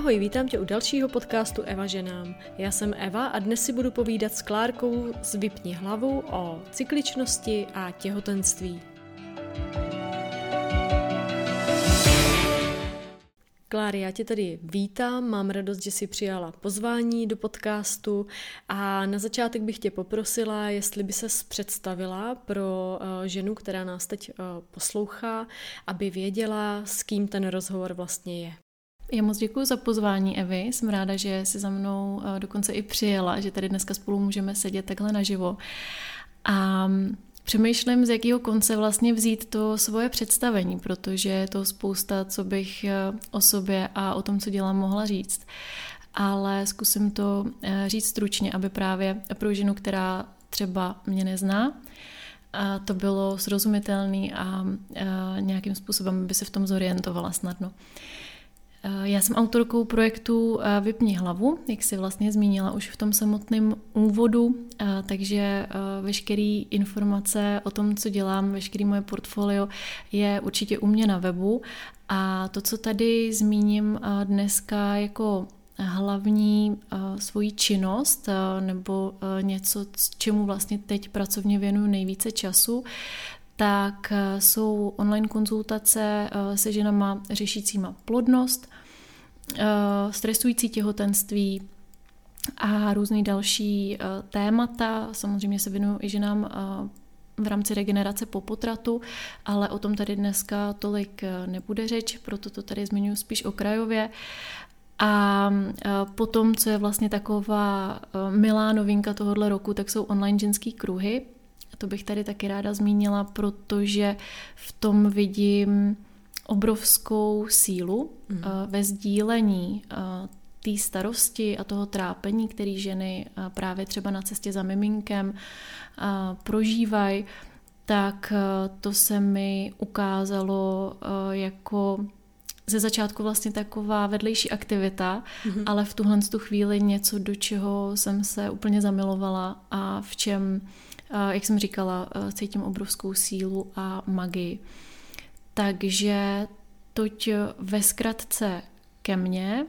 Ahoj, vítám tě u dalšího podcastu Eva ženám. Já jsem Eva a dnes si budu povídat s Klárkou z Vypni hlavu o cykličnosti a těhotenství. Kláry, já tě tady vítám, mám radost, že jsi přijala pozvání do podcastu a na začátek bych tě poprosila, jestli by ses představila pro ženu, která nás teď poslouchá, aby věděla, s kým ten rozhovor vlastně je. Já moc děkuji za pozvání, Evy. Jsem ráda, že jsi za mnou dokonce i přijela, že tady dneska spolu můžeme sedět takhle naživo. A přemýšlím, z jakého konce vlastně vzít to svoje představení, protože je to spousta, co bych o sobě a o tom, co dělám, mohla říct. Ale zkusím to říct stručně, aby právě pro ženu, která třeba mě nezná, a to bylo srozumitelné a nějakým způsobem by se v tom zorientovala snadno. Já jsem autorkou projektu Vypni hlavu, jak jsi vlastně zmínila už v tom samotném úvodu, takže veškeré informace o tom, co dělám, veškeré moje portfolio je určitě u mě na webu a to, co tady zmíním dneska jako hlavní svoji činnost nebo něco, čemu vlastně teď pracovně věnuju nejvíce času, tak jsou online konzultace se ženama řešícíma plodnost, stresující těhotenství a různý další témata. Samozřejmě se věnuju i ženám v rámci regenerace po potratu, ale o tom tady dneska tolik nebude řeč, proto to tady zmiňuji spíš okrajově. A potom, co je vlastně taková milá novinka tohohle roku, tak jsou online ženský kruhy. To bych tady taky ráda zmínila, protože v tom vidím obrovskou sílu ve sdílení té starosti a toho trápení, který ženy právě třeba na cestě za miminkem prožívají, tak to se mi ukázalo jako ze začátku vlastně taková vedlejší aktivita, ale v tuhle chvíli něco, do čeho jsem se úplně zamilovala a v čem, jak jsem říkala, cítím obrovskou sílu a magii. Takže toť ve zkratce ke mně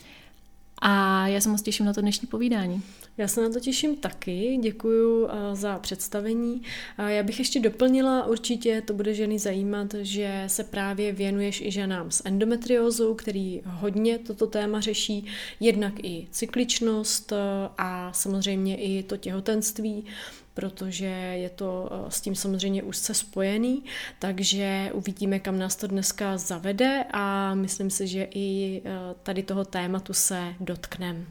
a já se moc těším na to dnešní povídání. Já se na to těším taky, děkuju za představení. Já bych ještě doplnila, určitě to bude ženy zajímat, že se právě věnuješ i ženám s endometriózou, který hodně toto téma řeší, jednak i cykličnost a samozřejmě i to těhotenství, protože je to s tím samozřejmě úzce spojený, takže uvidíme, kam nás to dneska zavede a myslím si, že i tady toho tématu se dotkneme.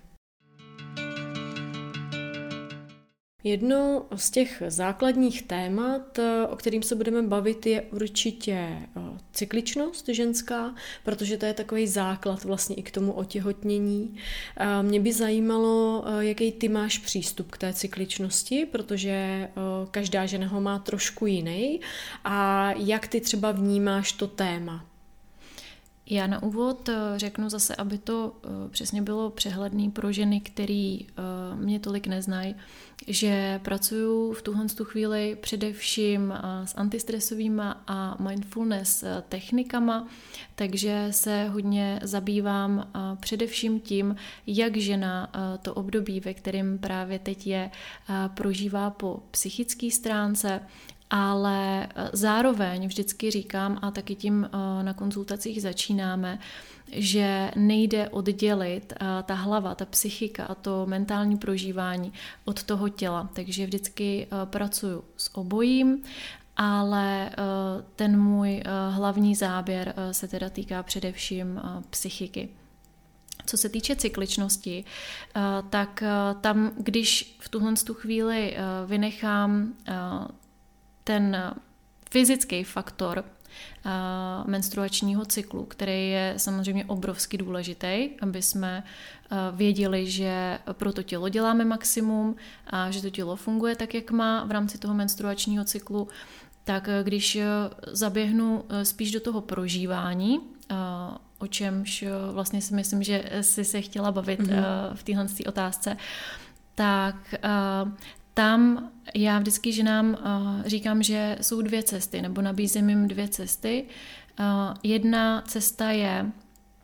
Jedno z těch základních témat, o kterým se budeme bavit, je určitě cykličnost ženská, protože to je takový základ vlastně i k tomu otěhotnění. Mě by zajímalo, jaký ty máš přístup k té cykličnosti, protože každá žena ho má trošku jiný a jak ty třeba vnímáš to téma. Já na úvod řeknu zase, aby to přesně bylo přehledné pro ženy, který mě tolik neznají, že pracuju v tuhle chvíli především s antistresovými a mindfulness technikama, takže se hodně zabývám především tím, jak žena to období, ve kterém právě teď je, prožívá po psychické stránce, ale zároveň vždycky říkám, a taky tím na konzultacích začínáme, že nejde oddělit ta hlava, ta psychika a to mentální prožívání od toho těla. Takže vždycky pracuju s obojím, ale ten můj hlavní záběr se teda týká především psychiky. Co se týče cykličnosti, tak tam, když v tuhle chvíli vynechám ten fyzický faktor menstruačního cyklu, který je samozřejmě obrovsky důležitý, aby jsme věděli, že pro to tělo děláme maximum a že to tělo funguje tak, jak má v rámci toho menstruačního cyklu, tak když zaběhnu spíš do toho prožívání, o čemž vlastně si myslím, že jsi se chtěla bavit v téhle otázce, tak tam já vždycky ženám říkám, že jsou dvě cesty, nebo nabízím jim dvě cesty. Jedna cesta je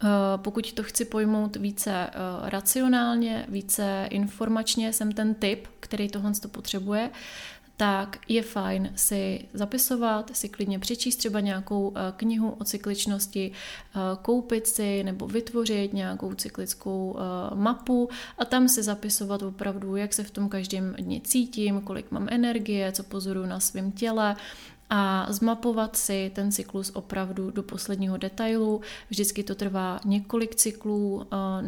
Pokud to chci pojmout více racionálně, více informačně, jsem ten typ, který tohle potřebuje, tak je fajn si zapisovat, si klidně přečíst třeba nějakou knihu o cykličnosti, koupit si nebo vytvořit nějakou cyklickou mapu a tam si zapisovat opravdu, jak se v tom každém dni cítím, kolik mám energie, co pozoruju na svém těle, a zmapovat si ten cyklus opravdu do posledního detailu. Vždycky to trvá několik cyklů,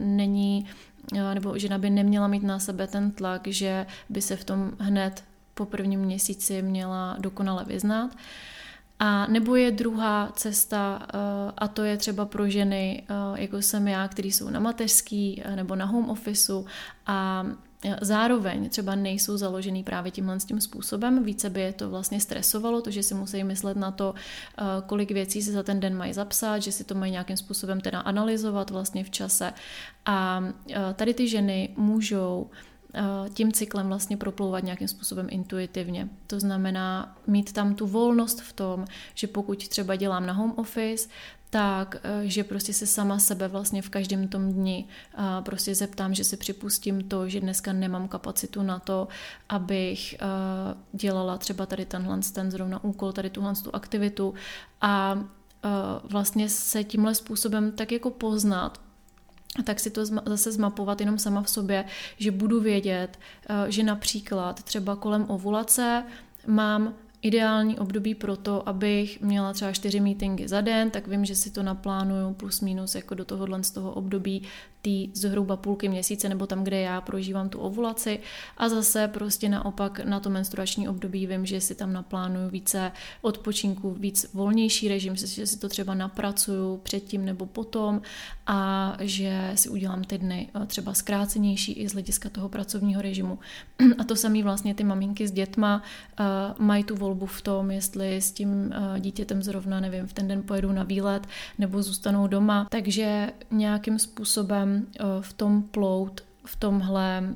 nebo žena by neměla mít na sebe ten tlak, že by se v tom hned po prvním měsíci měla dokonale vyznat. A nebo je druhá cesta, a to je třeba pro ženy, jako jsem já, který jsou na mateřský nebo na home officeu a zároveň třeba nejsou založený právě tímhle tím způsobem. Více by je to vlastně stresovalo, to, že si musí myslet na to, kolik věcí si za ten den mají zapsat, že si to mají nějakým způsobem teda analyzovat vlastně v čase. A tady ty ženy můžou tím cyklem vlastně proplouvat nějakým způsobem intuitivně. To znamená mít tam tu volnost v tom, že pokud třeba dělám na home office, tak, že prostě se sama sebe vlastně v každém tom dni prostě zeptám, že si připustím to, že dneska nemám kapacitu na to, abych dělala třeba tady ten zrovna úkol, tady tu aktivitu a vlastně se tímhle způsobem tak jako poznat, tak si to zase zmapovat jenom sama v sobě, že budu vědět, že například třeba kolem ovulace mám ideální období pro to, abych měla třeba 4 meetingy za den, tak vím, že si to naplánuju plus minus jako do tohohle z toho období tý zhruba půlky měsíce nebo tam, kde já prožívám tu ovulaci a zase prostě naopak na to menstruační období vím, že si tam naplánuju více odpočinku, víc volnější režim, že si to třeba napracuju předtím nebo potom a že si udělám ty dny třeba zkrácenější i z hlediska toho pracovního režimu. A to samé vlastně ty maminky s dětma mají tu volbu v tom, jestli s tím dítětem zrovna, nevím, v ten den pojedou na výlet nebo zůstanou doma. Takže nějakým způsobem v tom plout, v tomhle,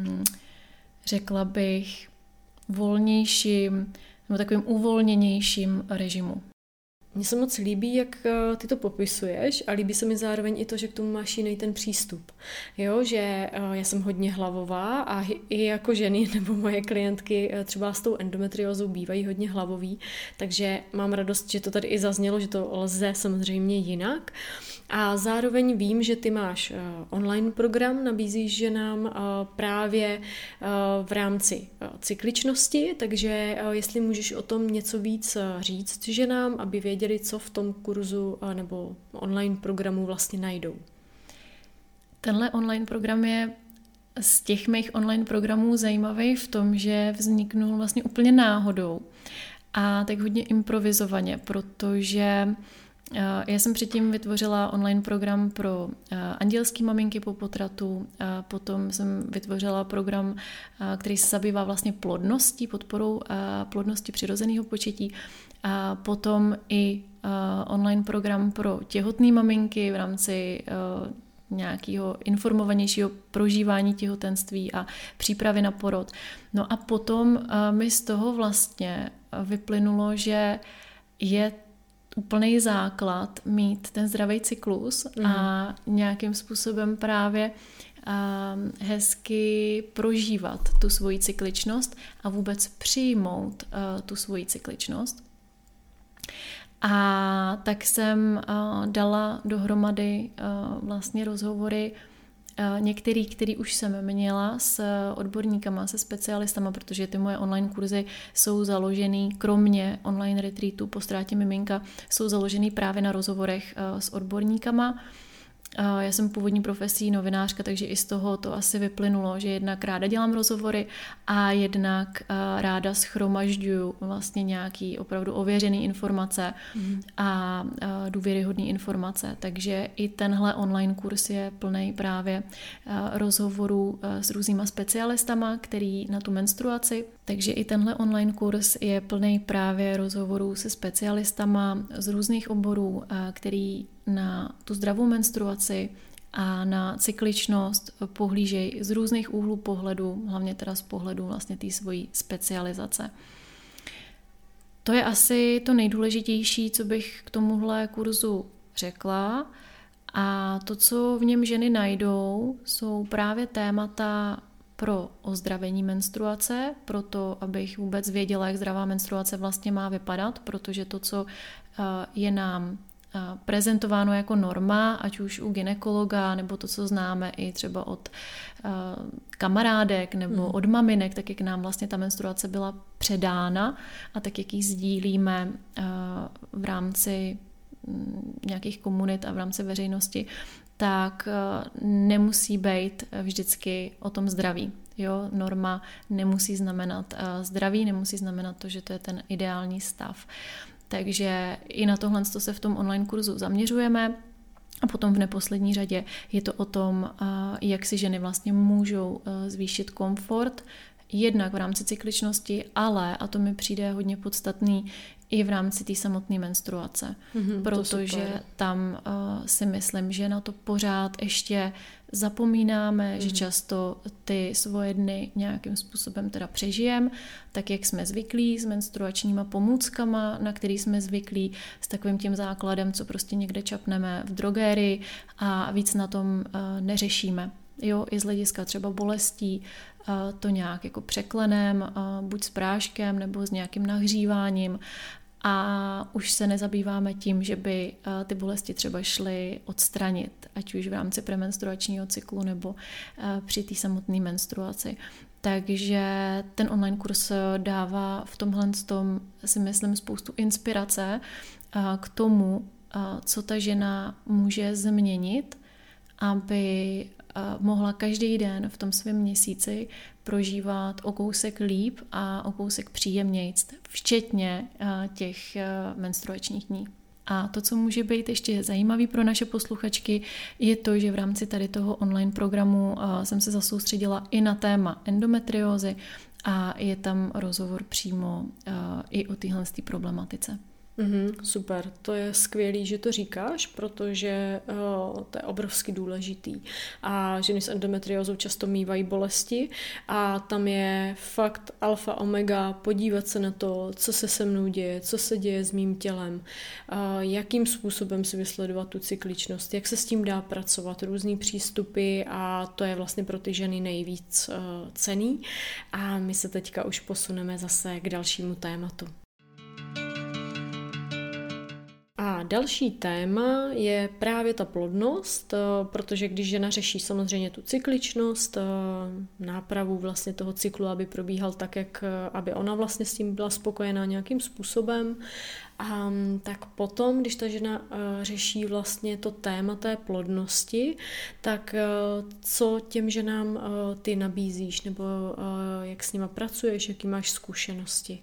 řekla bych, volnějším nebo takovým uvolněnějším režimu. Mně se moc líbí, jak ty to popisuješ a líbí se mi zároveň i to, že k tomu máš jiný ten přístup. Jo, že já jsem hodně hlavová a i jako ženy nebo moje klientky třeba s tou endometriózou bývají hodně hlavový, takže mám radost, že to tady i zaznělo, že to lze samozřejmě jinak. A zároveň vím, že ty máš online program, nabízíš ženám právě v rámci cykličnosti, takže jestli můžeš o tom něco víc říct ženám, aby věděli, co v tom kurzu nebo online programu vlastně najdou. Tenhle online program je z těch mých online programů zajímavý v tom, že vzniknul vlastně úplně náhodou a tak hodně improvizovaně, protože já jsem předtím vytvořila online program pro andělské maminky po potratu, potom jsem vytvořila program, který se zabývá vlastně plodností, podporou plodnosti přirozeného početí, a potom i online program pro těhotné maminky v rámci nějakého informovanějšího prožívání těhotenství a přípravy na porod. No a potom mi z toho vlastně vyplynulo, že je úplný základ mít ten zdravý cyklus a nějakým způsobem právě hezky prožívat tu svoji cykličnost a vůbec přijmout tu svoji cykličnost. A tak jsem dala dohromady vlastně rozhovory některý, který už jsem měla s odborníkama, se specialistama, protože ty moje online kurzy jsou založený, kromě online retreatu po ztrátě miminka, jsou založený právě na rozhovorech s odborníkama. Já jsem původní profesí novinářka, takže i z toho to asi vyplynulo, že jednak ráda dělám rozhovory a jednak ráda shromažďuju vlastně nějaký opravdu ověřený informace a důvěryhodné informace. Takže i tenhle online kurz je plný právě rozhovorů s různýma specialistama, který na tu menstruaci. Takže i tenhle online kurz je plný právě rozhovorů se specialistama z různých oborů, který na tu zdravou menstruaci a na cykličnost pohlížejí z různých úhlů pohledu, hlavně teda z pohledu vlastně té svojí specializace. To je asi to nejdůležitější, co bych k tomuhle kurzu řekla. A to, co v něm ženy najdou, jsou právě témata pro ozdravení menstruace, pro to, abych vůbec věděla, jak zdravá menstruace vlastně má vypadat, protože to, co je nám prezentováno jako norma, ať už u gynekologa, nebo to, co známe i třeba od kamarádek nebo od maminek, tak jak nám vlastně ta menstruace byla předána a tak jak ji sdílíme v rámci nějakých komunit a v rámci veřejnosti, tak nemusí být vždycky o tom zdraví. Jo? Norma nemusí znamenat zdraví, nemusí znamenat to, že to je ten ideální stav. Takže i na tohle se v tom online kurzu zaměřujeme. A potom v neposlední řadě je to o tom, jak si ženy vlastně můžou zvýšit komfort, jednak v rámci cykličnosti, ale, a to mi přijde hodně podstatný, i v rámci té samotné menstruace. Protože tam si myslím, že na to pořád ještě zapomínáme, že často ty svoje dny nějakým způsobem teda přežijeme, tak jak jsme zvyklí, s menstruačníma pomůckama, na který jsme zvyklí, s takovým tím základem, co prostě někde čapneme v drogérii a víc na tom neřešíme. Jo, i z hlediska třeba bolestí to nějak jako překlenem, buď s práškem nebo s nějakým nahříváním a už se nezabýváme tím, že by ty bolesti třeba šly odstranit, ať už v rámci premenstruačního cyklu nebo při té samotné menstruaci. Takže ten online kurz dává v tomhle tom, si myslím, spoustu inspirace k tomu, co ta žena může změnit, aby mohla každý den v tom svém měsíci prožívat o kousek líp a o kousek příjemnějc, včetně těch menstruačních dní. A to, co může být ještě zajímavý pro naše posluchačky, je to, že v rámci tady toho online programu jsem se zasoustředila i na téma endometriózy a je tam rozhovor přímo i o téhle problematice. Super, to je skvělý, že to říkáš, protože to je obrovsky důležitý a ženy s endometriózou často mívají bolesti a tam je fakt alfa omega podívat se na to, co se se mnou děje, co se děje s mým tělem, jakým způsobem si vysledovat tu cykličnost, jak se s tím dá pracovat, různý přístupy a to je vlastně pro ty ženy nejvíc cenný a my se teďka už posuneme zase k dalšímu tématu. A další téma je právě ta plodnost, protože když žena řeší samozřejmě tu cykličnost, nápravu vlastně toho cyklu, aby probíhal tak, jak aby ona vlastně s tím byla spokojená nějakým způsobem, tak potom, když ta žena řeší vlastně to téma té plodnosti, tak co těm ženám ty nabízíš, nebo jak s nima pracuješ, jaký máš zkušenosti?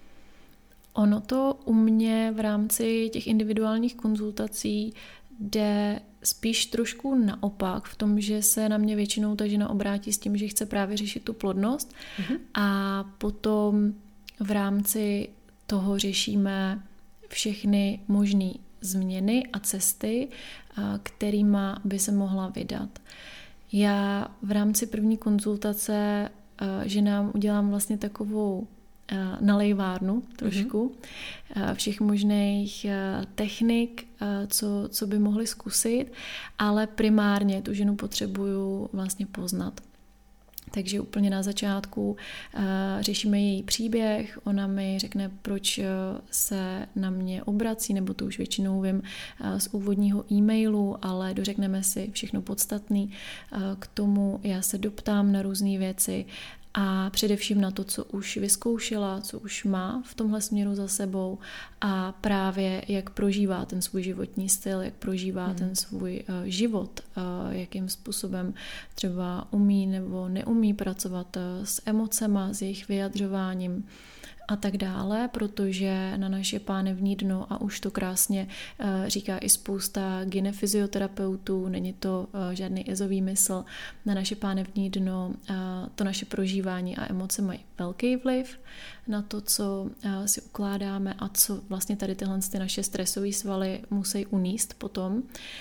Ono to u mě v rámci těch individuálních konzultací jde spíš trošku naopak v tom, že se na mě většinou ta žena obrátí s tím, že chce právě řešit tu plodnost a potom v rámci toho řešíme všechny možné změny a cesty, kterýma by se mohla vydat. Já v rámci první konzultace ženám udělám vlastně takovou nalejvárnu trošku všech možných technik, co by mohly zkusit, ale primárně tu ženu potřebuju vlastně poznat. Takže úplně na začátku řešíme její příběh, ona mi řekne, proč se na mě obrací, nebo to už většinou vím z úvodního e-mailu, ale dořekneme si všechno podstatné. K tomu já se doptám na různé věci a především na to, co už vyzkoušela, co už má v tomhle směru za sebou a právě jak prožívá ten svůj životní styl, jak prožívá ten svůj život, jakým způsobem třeba umí nebo neumí pracovat s emocema, s jejich vyjadřováním a tak dále, protože na naše pánevní dno, a už to krásně říká i spousta gynefyzioterapeutů, není to žádný ezovýmysl, na naše pánevní dno to naše prožívání a emoce mají velký vliv na to, co si ukládáme a co vlastně tady tyhle naše stresové svaly musí unést potom.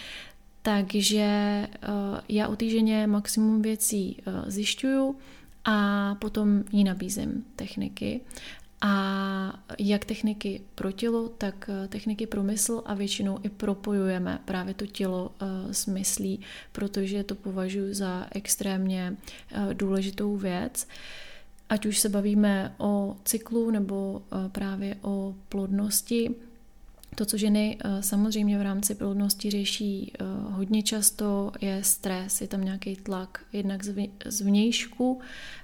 Takže já u té ženě maximum věcí zjišťuju a potom jí nabízím techniky. A jak techniky pro tělo, tak techniky pro mysl a většinou i propojujeme právě to tělo s myslí, protože to považuji za extrémně důležitou věc. Ať už se bavíme o cyklu nebo právě o plodnosti. To, co ženy samozřejmě v rámci plodnosti řeší hodně často, je stres, je tam nějaký tlak jednak z vnějšku,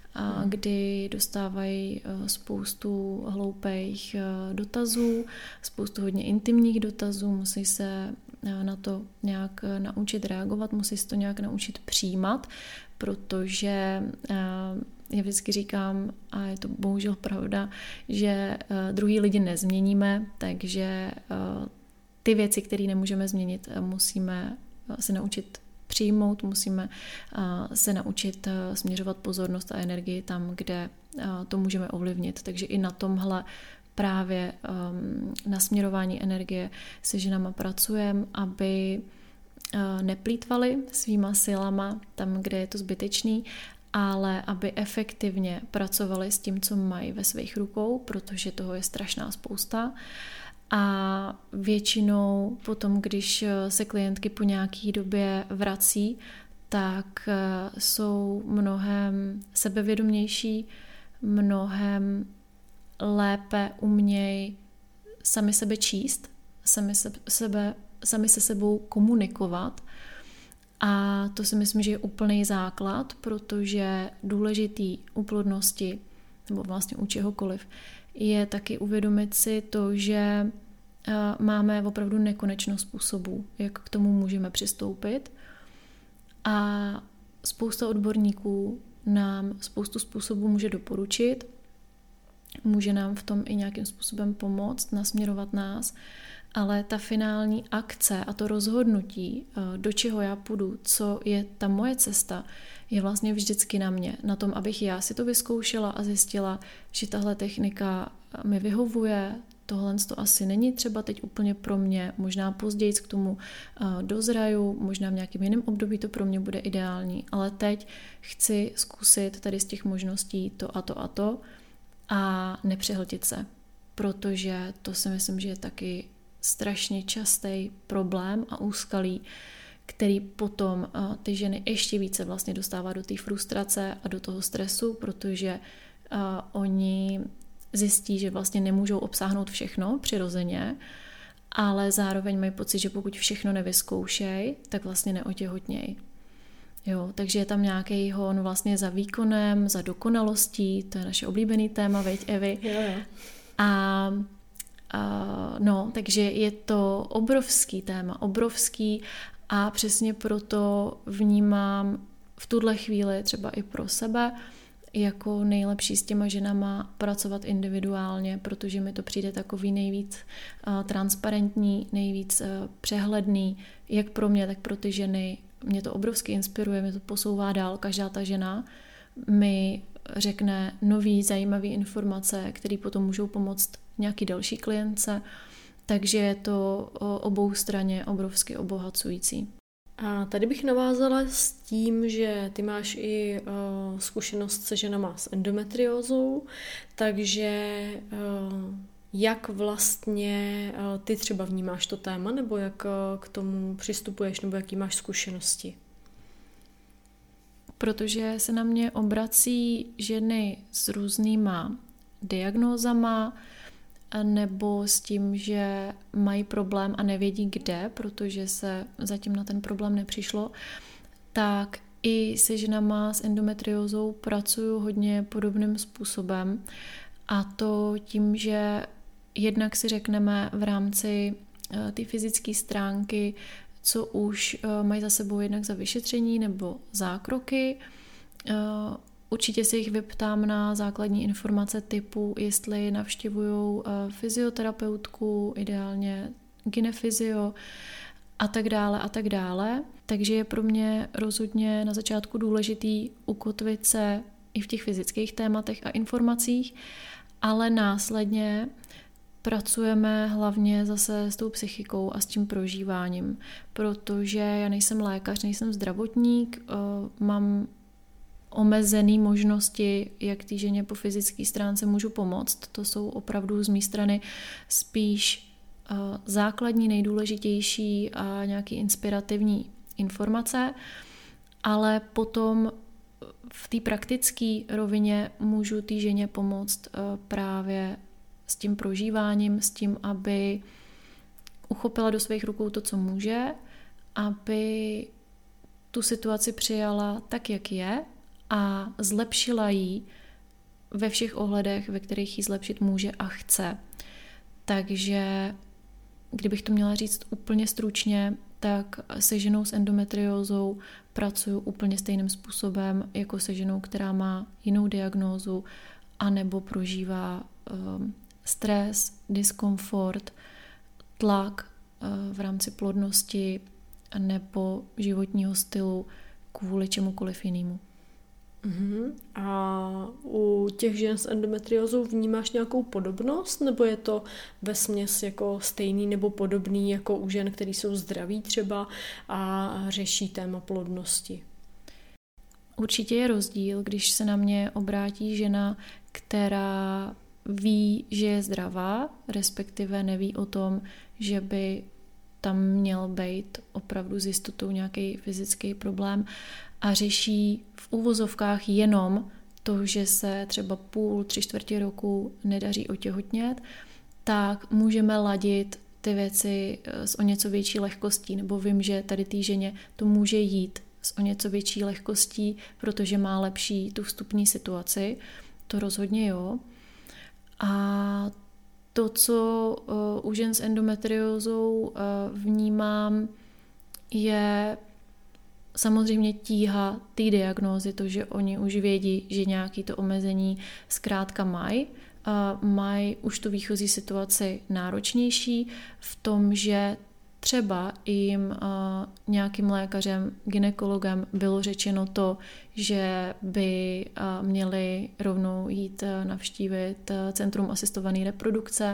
kdy dostávají spoustu hloupých dotazů, spoustu hodně intimních dotazů, musí se na to nějak naučit reagovat, musí se to nějak naučit přijímat, protože já vždycky říkám, a je to bohužel pravda, že druhý lidi nezměníme, takže ty věci, které nemůžeme změnit, musíme se naučit přijmout, musíme se naučit směřovat pozornost a energii tam, kde to můžeme ovlivnit. Takže i na tomhle právě na směrování energie se ženama pracujeme, aby neplýtvali svýma silama tam, kde je to zbytečný, ale aby efektivně pracovali s tím, co mají ve svých rukou, protože toho je strašná spousta. A většinou potom, když se klientky po nějaké době vrací, tak jsou mnohem sebevědomější, mnohem lépe umějí sami sebe číst, sami se sebou komunikovat. A to si myslím, že je úplný základ, protože důležitý u plodnosti, nebo vlastně u čehokoliv, je taky uvědomit si to, že máme opravdu nekonečno způsobů, jak k tomu můžeme přistoupit. A spousta odborníků nám spoustu způsobů může doporučit, může nám v tom i nějakým způsobem pomoct, nasměrovat nás, ale ta finální akce a to rozhodnutí, do čeho já půjdu, co je ta moje cesta, je vlastně vždycky na mě. Na tom, abych já si to vyzkoušela a zjistila, že tahle technika mi vyhovuje, tohle to asi není třeba teď úplně pro mě, možná později k tomu dozraju, možná v nějakém jiném období to pro mě bude ideální, ale teď chci zkusit tady z těch možností to a to a to a nepřehltit se, protože to si myslím, že je taky strašně častý problém a úskalí, který potom ty ženy ještě více vlastně dostává do té frustrace a do toho stresu, protože oni zjistí, že vlastně nemůžou obsáhnout všechno přirozeně, ale zároveň mají pocit, že pokud všechno nevyzkoušej, tak vlastně neotěhotněj. Jo, takže je tam nějaký hon vlastně za výkonem, za dokonalostí, to je naše oblíbený téma, veď Evi. Jo. Takže je to obrovský téma, obrovský a přesně proto vnímám v tuhle chvíli třeba i pro sebe jako nejlepší s těma ženama pracovat individuálně, protože mi to přijde takový nejvíc transparentní, nejvíc přehledný, jak pro mě, tak pro ty ženy. Mě to obrovsky inspiruje, mě to posouvá dál. Každá ta žena mi řekne nový, zajímavý informace, které potom můžou pomoct nějaký další klientce, takže je to oboustranně obrovsky obohacující. A tady bych navázala s tím, že ty máš i zkušenost se ženama s endometriózou, takže jak vlastně ty třeba vnímáš to téma, nebo jak k tomu přistupuješ, nebo jaký máš zkušenosti? Protože se na mě obrací ženy s různýma diagnózama, nebo s tím, že mají problém a nevědí kde, protože se zatím na ten problém nepřišlo, tak i se ženama s endometriózou pracuju hodně podobným způsobem. A to tím, že jednak si řekneme v rámci ty fyzické stránky, co už mají za sebou jednak za vyšetření nebo zákroky. Určitě se jich vyptám na základní informace typu, jestli navštěvují fyzioterapeutku, ideálně gynefyzio a tak dále a tak dále. Takže je pro mě rozhodně na začátku důležitý ukotvit se i v těch fyzických tématech a informacích, ale následně pracujeme hlavně zase s tou psychikou a s tím prožíváním, protože já nejsem lékař, nejsem zdravotník, mám omezené možnosti, jak té ženě po fyzické stránce můžu pomoct. To jsou opravdu z mé strany spíš základní, nejdůležitější a nějaký inspirativní informace, ale potom v té praktické rovině můžu té ženě pomoct právě s tím prožíváním, s tím, aby uchopila do svých rukou to, co může, aby tu situaci přijala tak, jak je a zlepšila ji ve všech ohledech, ve kterých ji zlepšit může a chce. Takže kdybych to měla říct úplně stručně, tak se ženou s endometriózou pracuju úplně stejným způsobem jako se ženou, která má jinou diagnózu anebo prožívá stres, diskomfort, tlak v rámci plodnosti nebo životního stylu kvůli čemukoliv jinému. A u těch žen s endometriózou vnímáš nějakou podobnost, nebo je to vesměs jako stejný nebo podobný jako u žen, který jsou zdraví třeba a řeší téma plodnosti? Určitě je rozdíl, když se na mě obrátí žena, která ví, že je zdravá, respektive neví o tom, že by tam měl být opravdu s jistotou nějaký fyzický problém a řeší v uvozovkách jenom to, že se třeba 3/4 roku nedaří otěhotnět, tak můžeme ladit ty věci s o něco větší lehkostí, nebo vím, že tady té ženě to může jít s o něco větší lehkostí, protože má lepší tu vstupní situaci, to rozhodně jo. A to, co u žen s endometriózou vnímám, je samozřejmě tíha té diagnózy, to, že oni už vědí, že nějaké to omezení zkrátka mají. Mají už tu výchozí situaci náročnější v tom, že třeba jim nějakým lékařem, gynekologem bylo řečeno to, že by měli rovnou jít navštívit Centrum asistované reprodukce,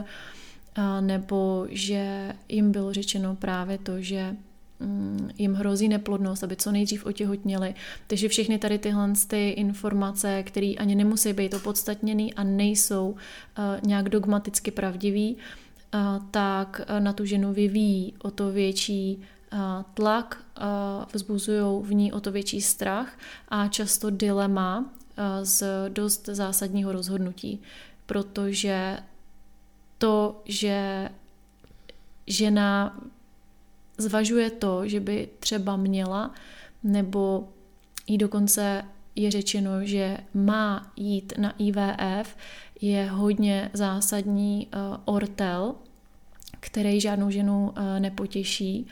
nebo že jim bylo řečeno právě to, že jim hrozí neplodnost, aby co nejdřív otěhotněli. Takže všechny tady tyhle ty informace, které ani nemusí být opodstatněný a nejsou nějak dogmaticky pravdivý, tak na tu ženu vyvíjí o to větší tlak, vzbuzují v ní o to větší strach a často dilema z dost zásadního rozhodnutí, protože to, že žena zvažuje to, že by třeba měla, nebo jí dokonce je řečeno, že má jít na IVF, je hodně zásadní ortel, který žádnou ženu nepotěší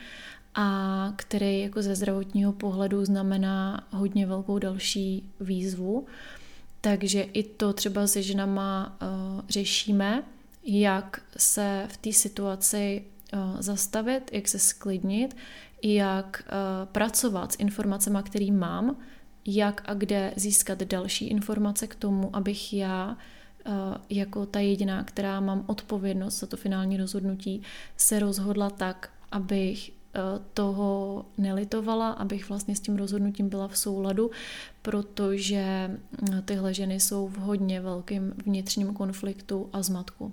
a který jako ze zdravotního pohledu znamená hodně velkou další výzvu. Takže i to třeba se ženama řešíme, jak se v té situaci zastavit, jak se sklidnit, jak pracovat s informacemi, které mám, jak a kde získat další informace k tomu, abych já jako ta jediná, která mám odpovědnost za to finální rozhodnutí, se rozhodla tak, abych toho nelitovala, abych vlastně s tím rozhodnutím byla v souladu, protože tyhle ženy jsou v hodně velkém vnitřním konfliktu a zmatku.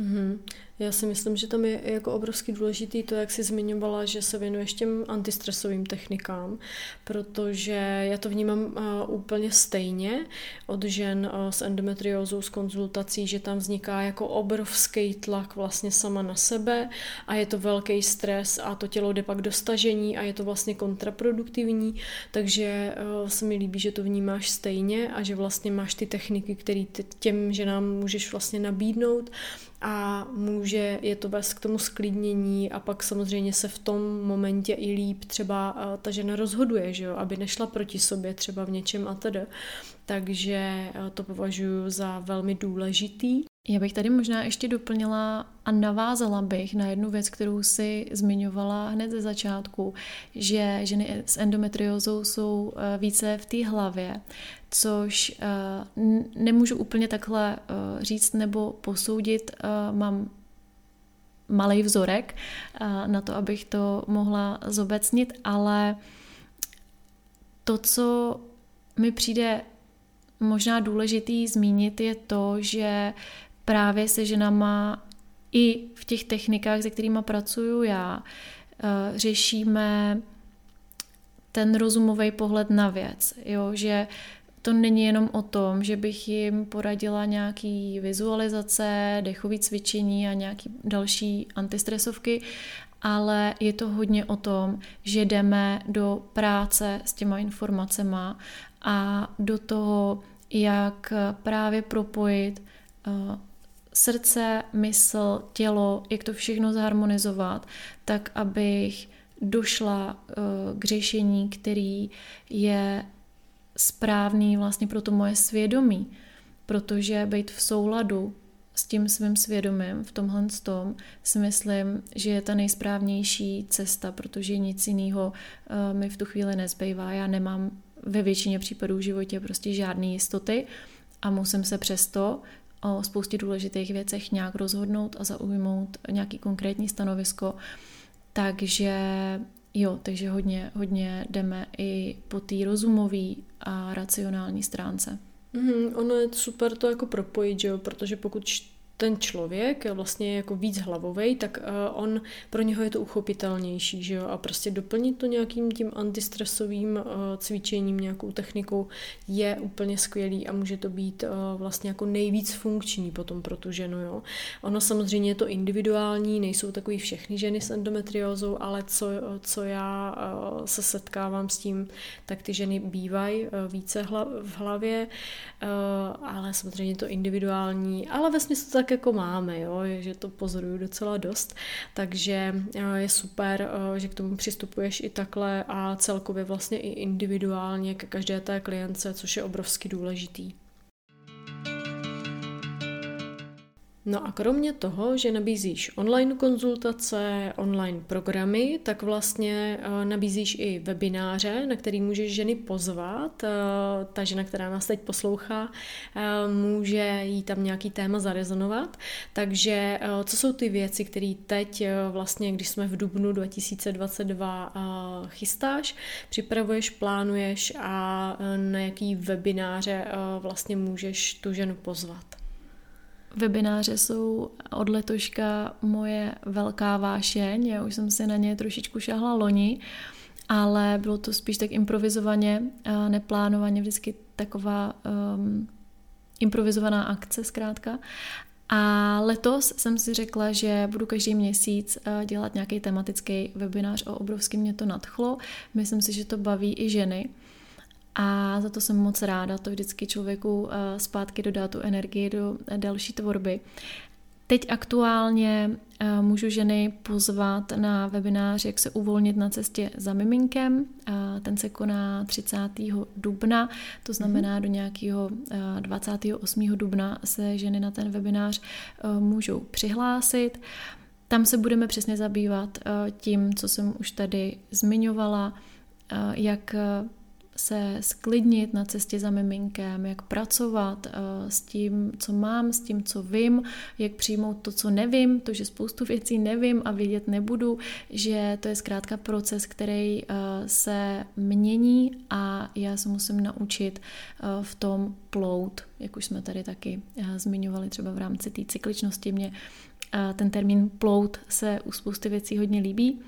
Já si myslím, že tam je jako obrovský důležitý to, jak jsi zmiňovala, že se věnuješ těm antistresovým technikám, protože já to vnímám úplně stejně od žen s endometriózou z konzultací, že tam vzniká jako obrovský tlak vlastně sama na sebe a je to velký stres a to tělo jde pak do stažení a je to vlastně kontraproduktivní, takže se mi líbí, že to vnímáš stejně a že vlastně máš ty techniky, které těm ženám můžeš vlastně nabídnout a může je to vést k tomu sklidnění a pak samozřejmě se v tom momentě i líp třeba ta žena rozhoduje, že jo, aby nešla proti sobě třeba v něčem a tedy. Takže to považuji za velmi důležitý. Já bych tady možná ještě doplnila a navázala bych na jednu věc, kterou si zmiňovala hned ze začátku, že ženy s endometriózou jsou více v té hlavě, což nemůžu úplně takhle říct nebo posoudit. Mám malej vzorek na to, abych to mohla zobecnit, ale to, co mi přijde možná důležitý zmínit je to, že právě se ženama i v těch technikách, se kterými pracuju já, řešíme ten rozumový pohled na věc. Jo? Že to není jenom o tom, že bych jim poradila nějaký vizualizace, dechové cvičení a nějaký další antistresovky, ale je to hodně o tom, že jdeme do práce s těma informacema a do toho, jak právě propojit srdce, mysl, tělo, jak to všechno zharmonizovat, tak abych došla k řešení, který je správný vlastně pro to moje svědomí, protože být v souladu s tím svým svědomím v tomhle tom si myslím, že je ta nejsprávnější cesta, protože nic jiného mi v tu chvíli nezbývá. Já nemám ve většině případů v životě prostě žádné jistoty a musím se přesto o spoustě důležitých věcech nějak rozhodnout a zaujmout nějaký konkrétní stanovisko. Takže hodně jdeme i po té rozumové a racionální stránce. Ono je super to jako propojit, že jo? Protože pokud ten člověk vlastně jako víc hlavovej, tak pro něho je to uchopitelnější, že jo? A prostě doplnit to nějakým tím antistresovým cvičením, nějakou technikou je úplně skvělý a může to být vlastně jako nejvíc funkční potom pro tu ženu, jo? Ono samozřejmě je to individuální, nejsou takový všechny ženy s endometriózou, ale co já se setkávám s tím, tak ty ženy bývají více v hlavě, ale samozřejmě je to individuální, ale vlastně to tak jako máme, jo, že to pozoruju docela dost, takže je super, že k tomu přistupuješ i takhle a celkově vlastně i individuálně ke každé té klientce, což je obrovsky důležitý. No a kromě toho, že nabízíš online konzultace, online programy, tak vlastně nabízíš i webináře, na který můžeš ženy pozvat. Ta žena, která nás teď poslouchá, může jí tam nějaký téma zarezonovat. Takže co jsou ty věci, které teď vlastně, když jsme v dubnu 2022 chystáš, připravuješ, plánuješ a na jaký webináře vlastně můžeš tu ženu pozvat? Webináře jsou od letoška moje velká vášeň, já už jsem si na ně trošičku šáhla loni, ale bylo to spíš tak improvizovaně, neplánovaně, vždycky taková improvizovaná akce zkrátka. A letos jsem si řekla, že budu každý měsíc dělat nějaký tematický webinář a obrovsky mě to nadchlo. Myslím si, že to baví i ženy. A za to jsem moc ráda, to vždycky člověku zpátky dodá tu energii do další tvorby. Teď aktuálně můžu ženy pozvat na webinář, jak se uvolnit na cestě za miminkem. Ten se koná 30. dubna, to znamená do nějakého 28. dubna se ženy na ten webinář můžou přihlásit. Tam se budeme přesně zabývat tím, co jsem už tady zmiňovala, jak se sklidnit na cestě za miminkem, jak pracovat s tím, co mám, s tím, co vím, jak přijmout to, co nevím, to, že spoustu věcí nevím a vědět nebudu, že to je zkrátka proces, který se mění a já se musím naučit v tom plout, jak už jsme tady taky zmiňovali třeba v rámci té cykličnosti. Mně ten termín plout se u spousty věcí hodně líbí.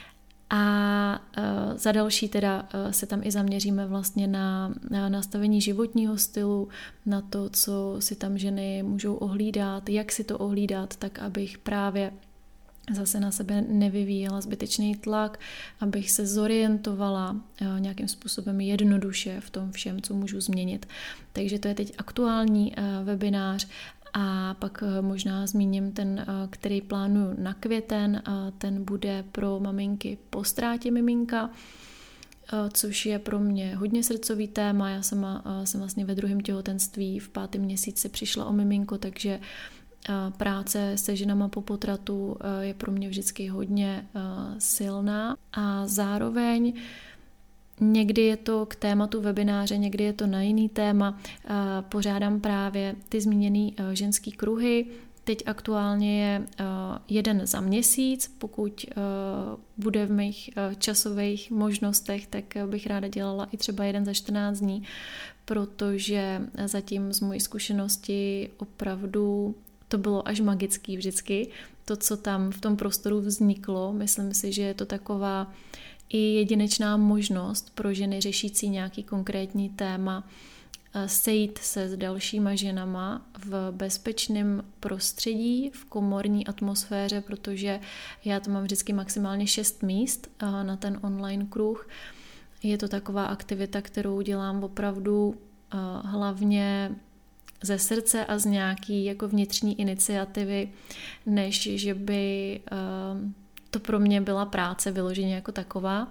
A za další teda se tam i zaměříme vlastně na nastavení životního stylu, na to, co si tam ženy můžou ohlídat, jak si to ohlídat, tak abych právě zase na sebe nevyvíjela zbytečný tlak, abych se zorientovala nějakým způsobem jednoduše v tom všem, co můžu změnit. Takže to je teď aktuální webinář. A pak možná zmíním ten, který plánuju na květen, ten bude pro maminky po ztrátě miminka, což je pro mě hodně srdcový téma. Já sama jsem vlastně ve 2. těhotenství, v 5. měsíci přišla o miminko, takže práce se ženama po potratu je pro mě vždycky hodně silná a zároveň někdy je to k tématu webináře, někdy je to na jiný téma. Pořádám právě ty zmíněné ženský kruhy. Teď aktuálně je jeden za měsíc. Pokud bude v mých časových možnostech, tak bych ráda dělala i třeba jeden za 14 dní, protože zatím z mojí zkušenosti opravdu to bylo až magický vždycky. To, co tam v tom prostoru vzniklo, myslím si, že je to taková i jedinečná možnost pro ženy řešící nějaký konkrétní téma, sejít se s dalšíma ženama v bezpečném prostředí, v komorní atmosféře, protože já tam mám vždycky maximálně 6 míst na ten online kruh. Je to taková aktivita, kterou dělám opravdu hlavně ze srdce a z nějaký jako vnitřní iniciativy, než že by to pro mě byla práce vyloženě jako taková.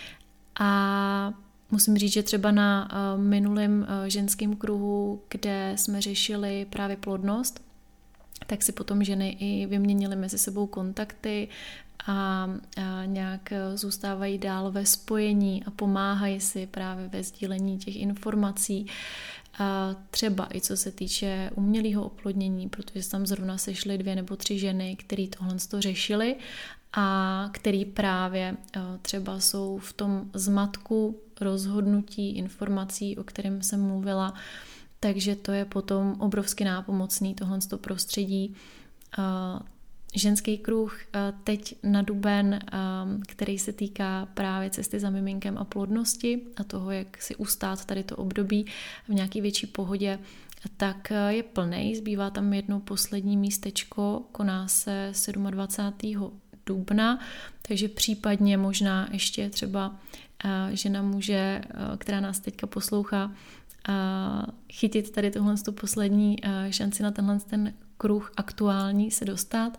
A musím říct, že třeba na minulém ženském kruhu, kde jsme řešili právě plodnost, tak si potom ženy i vyměnily mezi sebou kontakty a nějak zůstávají dál ve spojení a pomáhají si právě ve sdílení těch informací. A třeba i co se týče umělého oplodnění, protože tam zrovna sešly 2 nebo 3 ženy, které tohle řešily a který právě třeba jsou v tom zmatku rozhodnutí, informací, o kterém jsem mluvila, takže to je potom obrovsky nápomocný tohle prostředí. Ženský kruh teď na duben, který se týká právě cesty za miminkem a plodnosti a toho, jak si ustát tady to období v nějaké větší pohodě, tak je plnej, zbývá tam jedno poslední místečko, koná se 27. dubna, takže případně možná ještě třeba žena může, která nás teďka poslouchá, chytit tady tohle poslední šanci na tenhle ten kruh aktuální se dostat.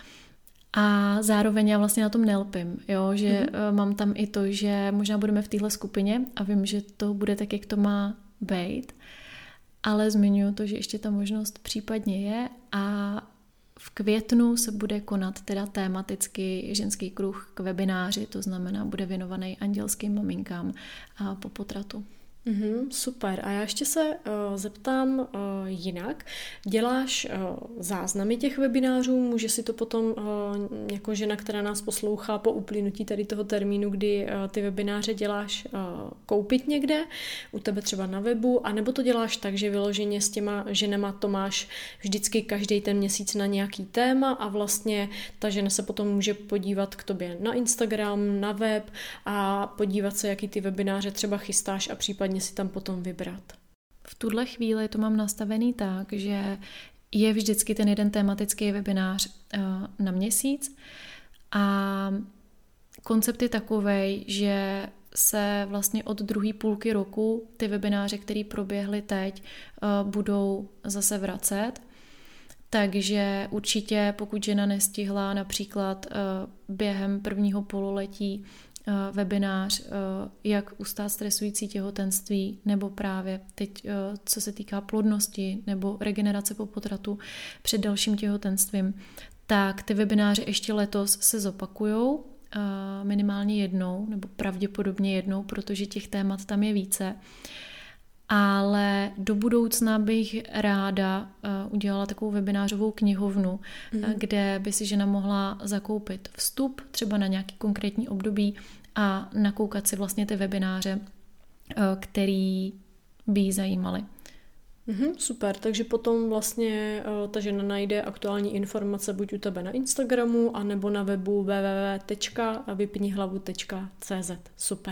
A zároveň já vlastně na tom nelpím, jo? Že mám tam i to, že možná budeme v téhle skupině a vím, že to bude tak, jak to má být, ale zmiňuji to, že ještě ta možnost případně je a v květnu se bude konat teda tematicky ženský kruh k webináři, to znamená, bude věnovaný andělským maminkám po potratu. Super. A já ještě se zeptám jinak. Děláš záznamy těch webinářů? Může si to potom jako žena, která nás poslouchá po uplynutí tady toho termínu, kdy ty webináře děláš, koupit někde? U tebe třeba na webu? A nebo to děláš tak, že vyloženě s těma ženama to máš vždycky každý ten měsíc na nějaký téma a vlastně ta žena se potom může podívat k tobě na Instagram, na web a podívat se, jaký ty webináře třeba chystáš a případně si tam potom vybrat. V tuhle chvíli to mám nastavený tak, že je vždycky ten jeden tematický webinář na měsíc a koncept je takovej, že se vlastně od druhé půlky roku ty webináře, které proběhly teď, budou zase vracet. Takže určitě, pokud žena nestihla například během prvního pololetí webinář, jak ustát stresující těhotenství, nebo právě teď, co se týká plodnosti nebo regenerace po potratu před dalším těhotenstvím, tak ty webináře ještě letos se zopakujou minimálně jednou, nebo pravděpodobně jednou, protože těch témat tam je více. Ale do budoucna bych ráda udělala takovou webinářovou knihovnu, kde by si žena mohla zakoupit vstup třeba na nějaký konkrétní období a nakoukat si vlastně ty webináře, který by jí zajímaly. Super, takže potom vlastně ta žena najde aktuální informace buď u tebe na Instagramu, anebo na webu www.vypnihlavu.cz. Super.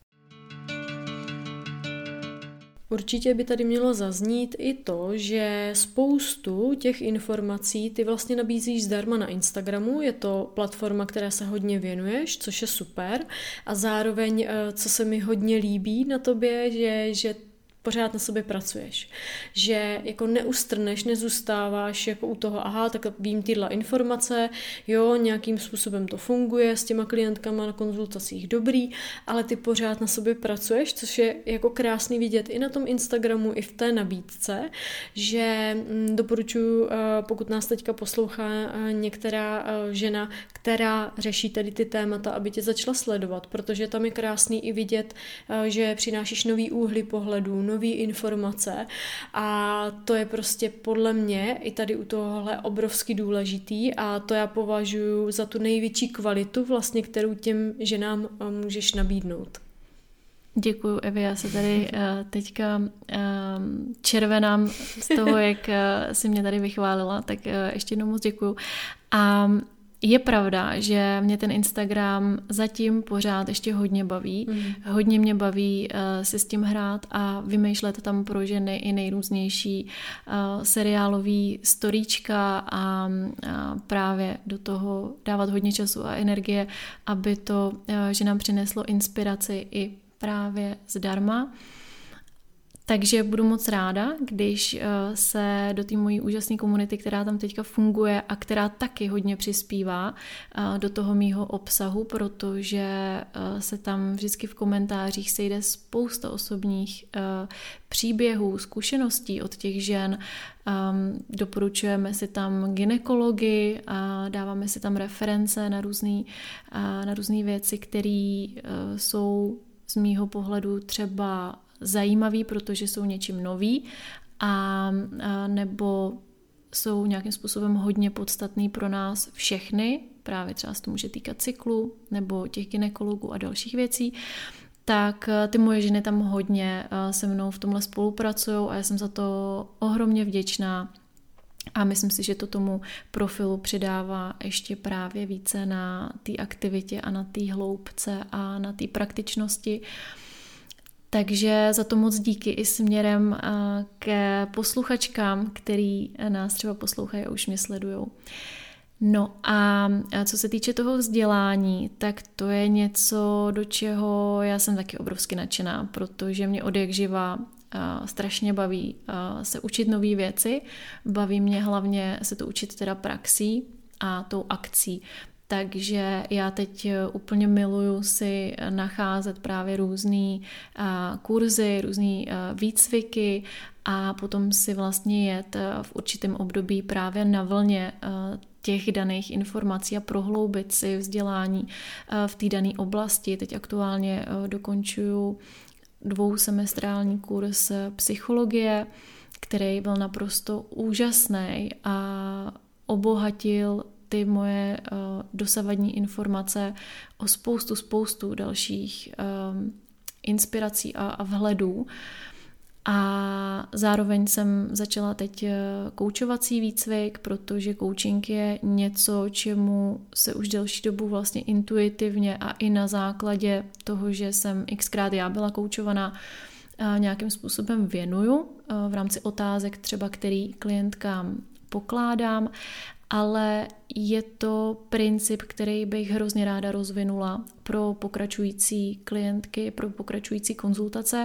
Určitě by tady mělo zaznít i to, že spoustu těch informací ty vlastně nabízíš zdarma na Instagramu, je to platforma, které se hodně věnuješ, což je super a zároveň, co se mi hodně líbí na tobě, že pořád na sobě pracuješ. Že jako neustrneš, nezůstáváš jako u toho, aha, tak vím tyhle informace, jo, nějakým způsobem to funguje, s těma klientkama na konzultacích dobrý, ale ty pořád na sobě pracuješ, což je jako krásný vidět i na tom Instagramu, i v té nabídce, že doporučuji, pokud nás teďka poslouchá některá žena, která řeší tady ty témata, aby tě začala sledovat, protože tam je krásný i vidět, že přinášíš nový úhly pohledu, nový informace a to je prostě podle mě i tady u tohohle obrovsky důležitý a to já považuji za tu největší kvalitu vlastně, kterou těm ženám můžeš nabídnout. Děkuju, Evi, já se tady teďka červenám z toho, jak jsi mě tady vychválila, tak ještě jednou moc děkuju. A je pravda, že mě ten Instagram zatím pořád ještě hodně baví. Hodně mě baví si s tím hrát a vymýšlet tam pro ženy i nejrůznější seriálový storíčka a právě do toho dávat hodně času a energie, aby to ženám přineslo inspiraci i právě zdarma. Takže budu moc ráda, když se do té mojí úžasné komunity, která tam teďka funguje a která taky hodně přispívá do toho mýho obsahu, protože se tam vždycky v komentářích sejde spousta osobních příběhů, zkušeností od těch žen. Doporučujeme si tam gynekology a dáváme si tam reference na různé věci, které jsou z mýho pohledu třeba zajímavý, protože jsou něčím nový a nebo jsou nějakým způsobem hodně podstatný pro nás všechny, právě třeba se to může týkat cyklu nebo těch gynekologů a dalších věcí, tak ty moje ženy tam hodně se mnou v tomhle spolupracují a já jsem za to ohromně vděčná. A myslím si, že to tomu profilu přidává ještě právě více na té aktivitě a na té hloubce a na té praktičnosti. Takže za to moc díky i směrem ke posluchačkám, který nás třeba poslouchají a už mě sledujou. No a co se týče toho vzdělání, tak to je něco, do čeho já jsem taky obrovsky nadšená, protože mě odjakživa strašně baví se učit nové věci. Baví mě hlavně se to učit teda praxí a tou akcí. Takže já teď úplně miluju si nacházet právě různý kurzy, různý výcviky a potom si vlastně jet v určitém období právě na vlně těch daných informací a prohloubit si vzdělání v té dané oblasti. Teď aktuálně dokončuju 2semestrální kurz psychologie, který byl naprosto úžasný a obohatil ty moje dosavadní informace o spoustu dalších inspirací a vhledů. A zároveň jsem začala teď koučovací výcvik, protože coaching je něco, čemu se už delší dobu vlastně intuitivně a i na základě toho, že jsem xkrát já byla koučovaná, nějakým způsobem věnuju v rámci otázek třeba, který klientkám pokládám, ale je to princip, který bych hrozně ráda rozvinula pro pokračující klientky, pro pokračující konzultace,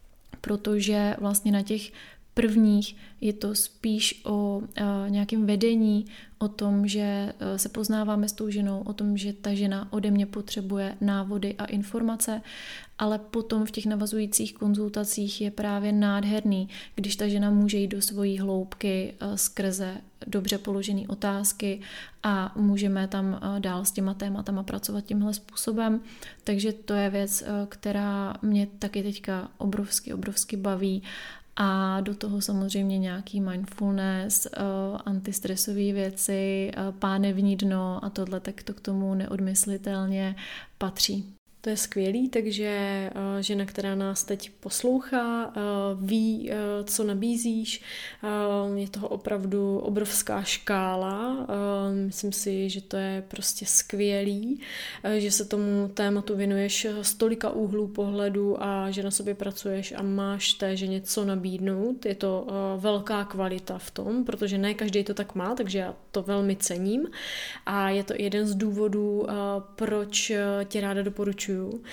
protože vlastně na těch prvních je to spíš o nějakém vedení, o tom, že se poznáváme s tou ženou, o tom, že ta žena ode mě potřebuje návody a informace, ale potom v těch navazujících konzultacích je právě nádherný, když ta žena může jít do svojí hloubky skrze dobře položené otázky a můžeme tam dál s těma tématama pracovat tímhle způsobem. Takže to je věc, která mě taky teďka obrovsky baví. A do toho samozřejmě nějaký mindfulness, antistresové věci, pánevní dno a tohle, tak to k tomu neodmyslitelně patří. To je skvělý, takže žena, která nás teď poslouchá, ví, co nabízíš. Je toho opravdu obrovská škála. Myslím si, že to je prostě skvělý, že se tomu tématu věnuješ z tolika úhlů pohledu a že na sobě pracuješ a máš té ženě co nabídnout. Je to velká kvalita v tom, protože ne každý to tak má, takže já to velmi cením. A je to jeden z důvodů, proč tě ráda doporučuji,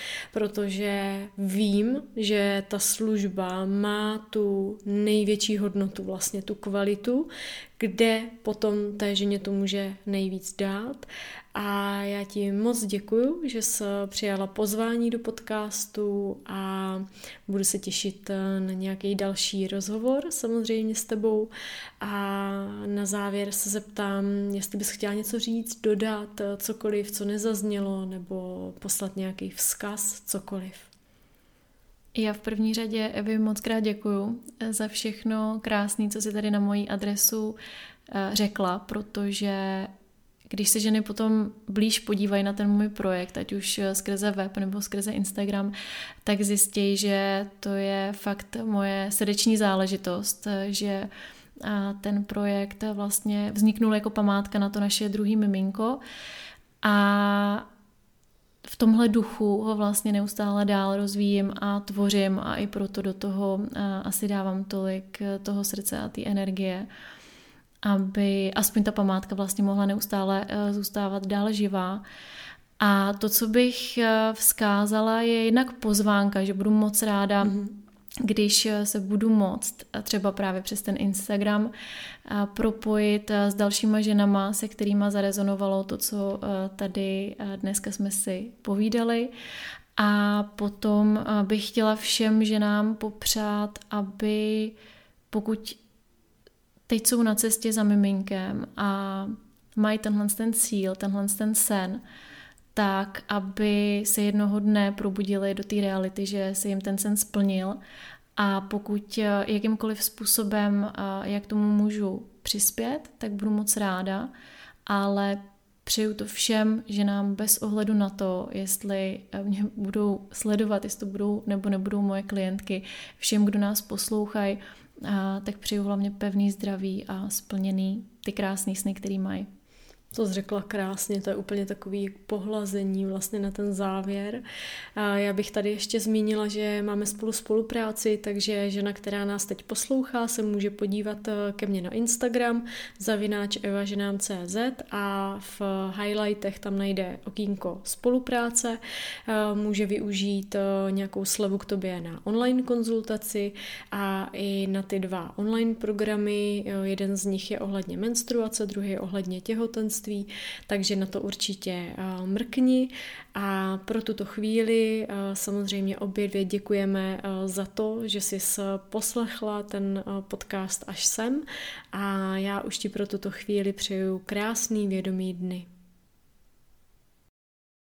protože vím, že ta služba má tu největší hodnotu, vlastně tu kvalitu, kde potom té ženě to může nejvíc dát. A já ti moc děkuju, že jsi přijala pozvání do podcastu a budu se těšit na nějaký další rozhovor samozřejmě s tebou. A na závěr se zeptám, jestli bys chtěla něco říct, dodat cokoliv, co nezaznělo, nebo poslat nějaký vzkaz, cokoliv. Já v první řadě, Evi, moc krát děkuju za všechno krásné, co jsi tady na moji adresu řekla, protože když se ženy potom blíž podívají na ten můj projekt, ať už skrze web nebo skrze Instagram, tak zjistí, že to je fakt moje srdeční záležitost, že ten projekt vlastně vzniknul jako památka na to naše druhý miminko a v tomhle duchu ho vlastně neustále dál rozvíjím a tvořím a i proto do toho asi dávám tolik toho srdce a té energie, aby aspoň ta památka vlastně mohla neustále zůstávat dál živá. A to, co bych vzkázala, je jednak pozvánka, že budu moc ráda, když se budu moct třeba právě přes ten Instagram propojit s dalšíma ženama, se kterýma zarezonovalo to, co tady dneska jsme si povídali. A potom bych chtěla všem ženám popřát, aby pokud teď jsou na cestě za miminkem a mají tenhle ten cíl, tenhle ten sen, tak aby se jednoho dne probudili do té reality, že se jim ten sen splnil a pokud jakýmkoliv způsobem, jak tomu můžu přispět, tak budu moc ráda, ale přeju to všem ženám bez ohledu na to, jestli mě budou sledovat, jestli to budou nebo nebudou moje klientky, všem, kdo nás poslouchají, tak přeju hlavně pevný zdraví a splněný ty krásný sny, který mají. To jsi řekla krásně, to je úplně takový pohlazení vlastně na ten závěr. A já bych tady ještě zmínila, že máme spolupráci, takže žena, která nás teď poslouchá, se může podívat ke mně na Instagram @evaženám.cz a v highlightech tam najde okýnko spolupráce. Může využít nějakou slevu k tobě na online konzultaci a i na ty 2 online programy. Jeden z nich je ohledně menstruace, druhý je ohledně těhotenství, takže na to určitě mrkni a pro tuto chvíli samozřejmě obě dvě děkujeme za to, že jsi poslechla ten podcast až sem a já už ti pro tuto chvíli přeju krásný vědomý dny.